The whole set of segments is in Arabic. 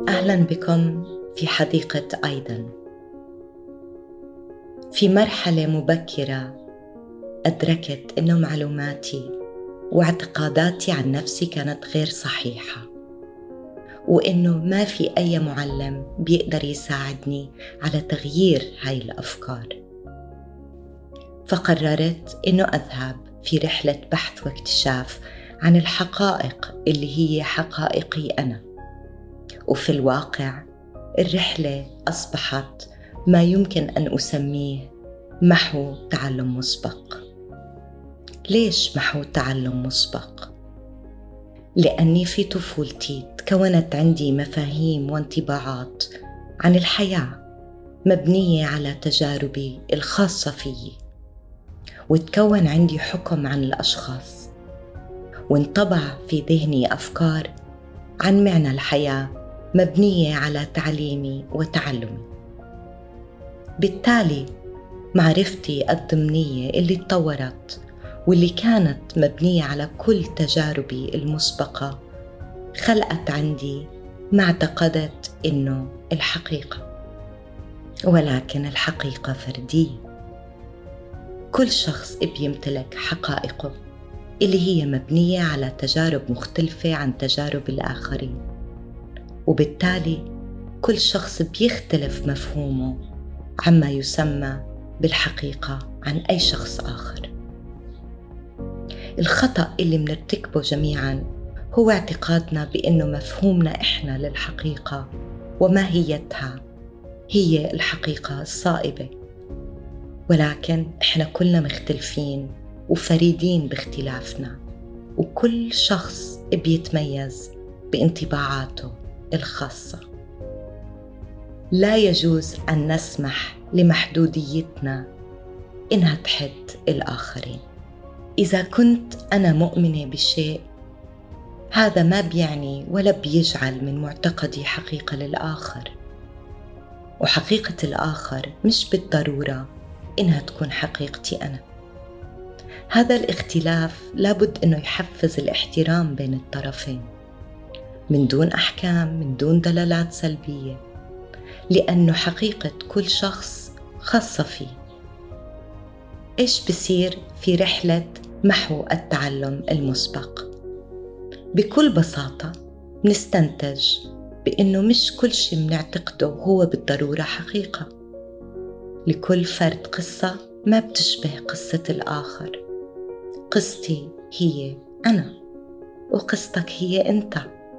أهلا بكم في حديقة أيدن. في مرحلة مبكرة أدركت أنه معلوماتي واعتقاداتي عن نفسي كانت غير صحيحة، وأنه ما في أي معلم بيقدر يساعدني على تغيير هاي الأفكار. فقررت أنه أذهب في رحلة بحث واكتشاف عن الحقائق اللي هي حقائقي أنا. وفي الواقع الرحلة أصبحت ما يمكن أن أسميه محو تعلم مسبق. ليش محو تعلم مسبق؟ لأني في طفولتي تكونت عندي مفاهيم وانطباعات عن الحياة مبنية على تجاربي الخاصة فيي، وتكون عندي حكم عن الأشخاص، وانطبع في ذهني أفكار عن معنى الحياة مبنية على تعليمي وتعلمي. بالتالي معرفتي الضمنية اللي اتطورت واللي كانت مبنية على كل تجاربي المسبقة خلقت عندي ما اعتقدت إنه الحقيقة، ولكن الحقيقة فردية. كل شخص بيمتلك حقائقه اللي هي مبنية على تجارب مختلفة عن تجارب الآخرين، وبالتالي كل شخص بيختلف مفهومه عما يسمى بالحقيقة عن أي شخص آخر. الخطأ اللي منرتكبه جميعاً هو اعتقادنا بأنه مفهومنا إحنا للحقيقة وماهيتها هي الحقيقة الصائبة، ولكن إحنا كلنا مختلفين وفريدين باختلافنا، وكل شخص بيتميز بانطباعاته الخاصة. لا يجوز أن نسمح لمحدوديتنا إنها تحد الآخرين. إذا كنت أنا مؤمنة بشيء، هذا ما بيعني ولا بيجعل من معتقدي حقيقة للآخر، وحقيقة الآخر مش بالضرورة إنها تكون حقيقتي أنا. هذا الاختلاف لابد أنه يحفز الاحترام بين الطرفين من دون أحكام، من دون دلالات سلبية، لأنه حقيقة كل شخص خاصة فيه. إيش بصير في رحلة محو التعلم المسبق؟ بكل بساطة نستنتج بأنه مش كل شيء منعتقده هو بالضرورة حقيقة. لكل فرد قصة ما بتشبه قصة الآخر. قصتي هي أنا، وقصتك هي أنت،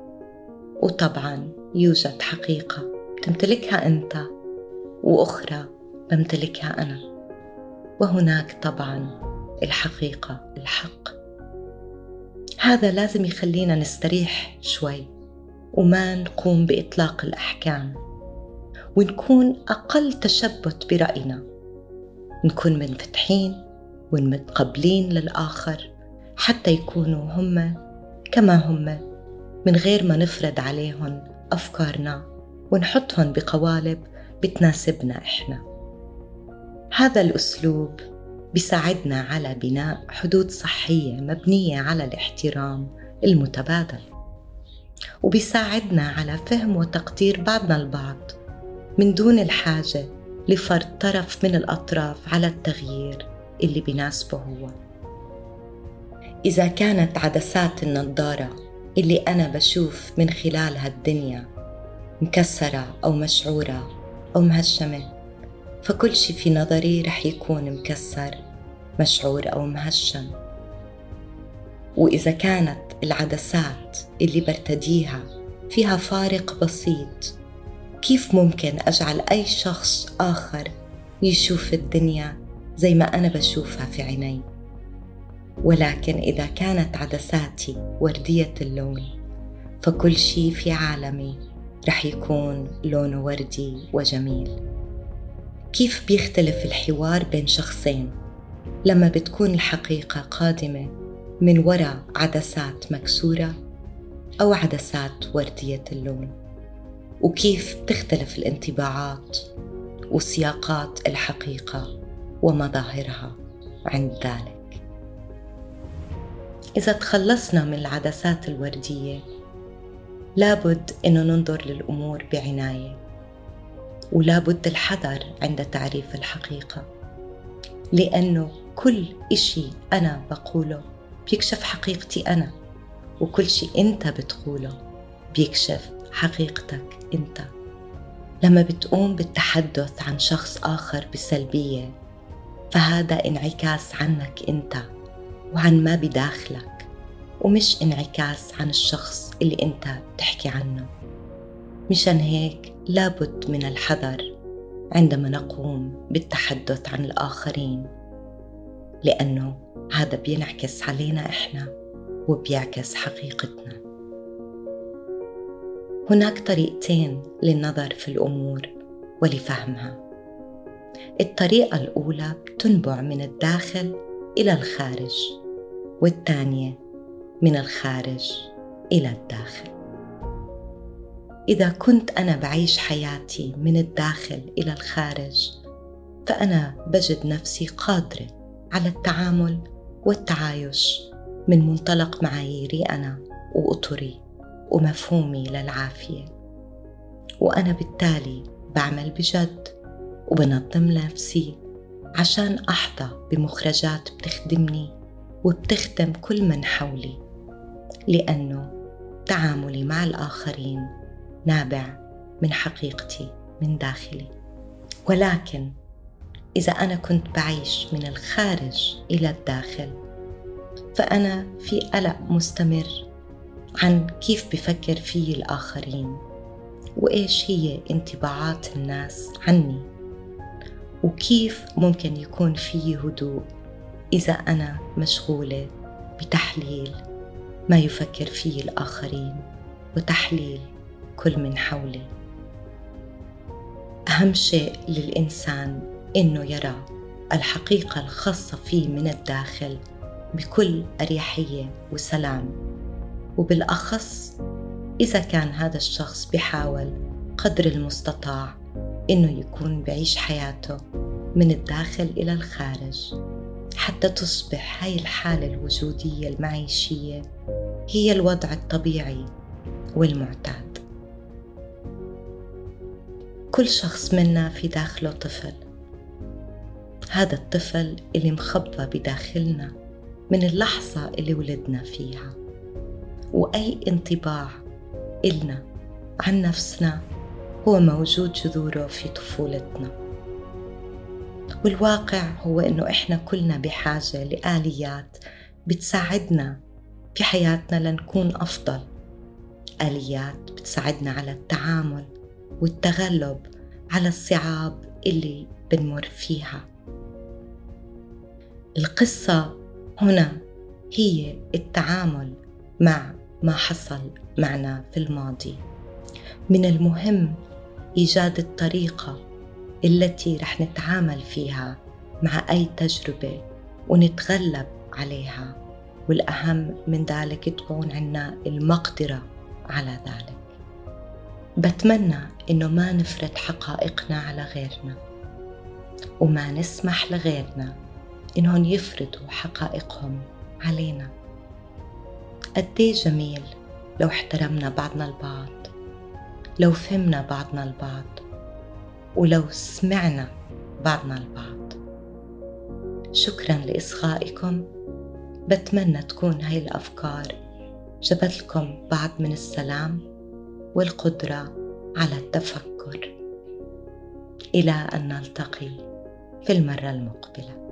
وطبعاً يوجد حقيقة تمتلكها أنت وأخرى بمتلكها أنا، وهناك طبعاً الحقيقة الحق. هذا لازم يخلينا نستريح شوي وما نقوم بإطلاق الأحكام، ونكون أقل تشبت برأينا، نكون منفتحين ومتقبلين للآخر حتى يكونوا هم كما هم، من غير ما نفرض عليهم أفكارنا ونحطهم بقوالب بتناسبنا إحنا. هذا الأسلوب بيساعدنا على بناء حدود صحية مبنية على الاحترام المتبادل، وبيساعدنا على فهم وتقدير بعضنا البعض من دون الحاجة لفرض طرف من الأطراف على التغيير اللي بيناسبه هو. إذا كانت عدسات النظارة اللي أنا بشوف من خلالها الدنيا مكسرة أو مشعورة أو مهشمة، فكل شيء في نظري رح يكون مكسر، مشعور أو مهشم. وإذا كانت العدسات اللي برتديها فيها فارق بسيط، كيف ممكن أجعل أي شخص آخر يشوف الدنيا زي ما أنا بشوفها في عيني؟ ولكن إذا كانت عدساتي وردية اللون، فكل شيء في عالمي رح يكون لونه وردي وجميل. كيف بيختلف الحوار بين شخصين لما بتكون الحقيقة قادمة من وراء عدسات مكسورة أو عدسات وردية اللون؟ وكيف بتختلف الانطباعات وسياقات الحقيقة ومظاهرها عند ذلك؟ إذا تخلصنا من العدسات الوردية لابد إنه ننظر للأمور بعناية، ولابد الحذر عند تعريف الحقيقة، لأنه كل إشي أنا بقوله بيكشف حقيقتي أنا، وكل شي أنت بتقوله بيكشف حقيقتك أنت. لما بتقوم بالتحدث عن شخص آخر بسلبية، فهذا انعكاس عنك أنت وعن ما بداخلك، ومش انعكاس عن الشخص اللي أنت بتحكي عنه. مشان هيك لابد من الحذر عندما نقوم بالتحدث عن الآخرين، لأنه هذا بينعكس علينا إحنا وبيعكس حقيقتنا. هناك طريقتين للنظر في الأمور ولفهمها. الطريقة الأولى بتنبع من الداخل إلى الخارج، والثانية من الخارج إلى الداخل. إذا كنت أنا بعيش حياتي من الداخل إلى الخارج، فأنا بجد نفسي قادرة على التعامل والتعايش من منطلق معاييري أنا وأطري ومفهومي للعافية، وأنا بالتالي بعمل بجد وبنظم نفسي عشان أحظى بمخرجات بتخدمني وبتخدم كل من حولي، لأنه تعاملي مع الآخرين نابع من حقيقتي من داخلي. ولكن إذا أنا كنت بعيش من الخارج إلى الداخل، فأنا في قلق مستمر عن كيف بفكر فيه الآخرين، وإيش هي انطباعات الناس عني، وكيف ممكن يكون فيه هدوء إذا أنا مشغولة بتحليل ما يفكر فيه الآخرين وتحليل كل من حولي. أهم شيء للإنسان إنه يرى الحقيقة الخاصة فيه من الداخل بكل أريحية وسلام، وبالأخص إذا كان هذا الشخص بيحاول قدر المستطاع إنه يكون بعيش حياته من الداخل إلى الخارج، حتى تصبح هاي الحالة الوجودية المعيشية هي الوضع الطبيعي والمعتاد. كل شخص منا في داخله طفل، هذا الطفل اللي مخبى بداخلنا من اللحظة اللي ولدنا فيها، وأي انطباع إلنا عن نفسنا هو موجود جذوره في طفولتنا. والواقع هو إنه إحنا كلنا بحاجة لآليات بتساعدنا في حياتنا لنكون أفضل، آليات بتساعدنا على التعامل والتغلب على الصعاب اللي بنمر فيها. القصة هنا هي التعامل مع ما حصل معنا في الماضي. من المهم إيجاد الطريقة التي رح نتعامل فيها مع أي تجربة ونتغلب عليها، والأهم من ذلك تكون عنا المقدرة على ذلك. بتمنى إنه ما نفرض حقائقنا على غيرنا، وما نسمح لغيرنا إنهم يفرضوا حقائقهم علينا. قديه جميل لو احترمنا بعضنا البعض، لو فهمنا بعضنا البعض، ولو سمعنا بعضنا البعض. شكراً لإصغائكم. بتمنى تكون هاي الأفكار جبت لكم بعض من السلام والقدرة على التفكر. إلى أن نلتقي في المرة المقبلة.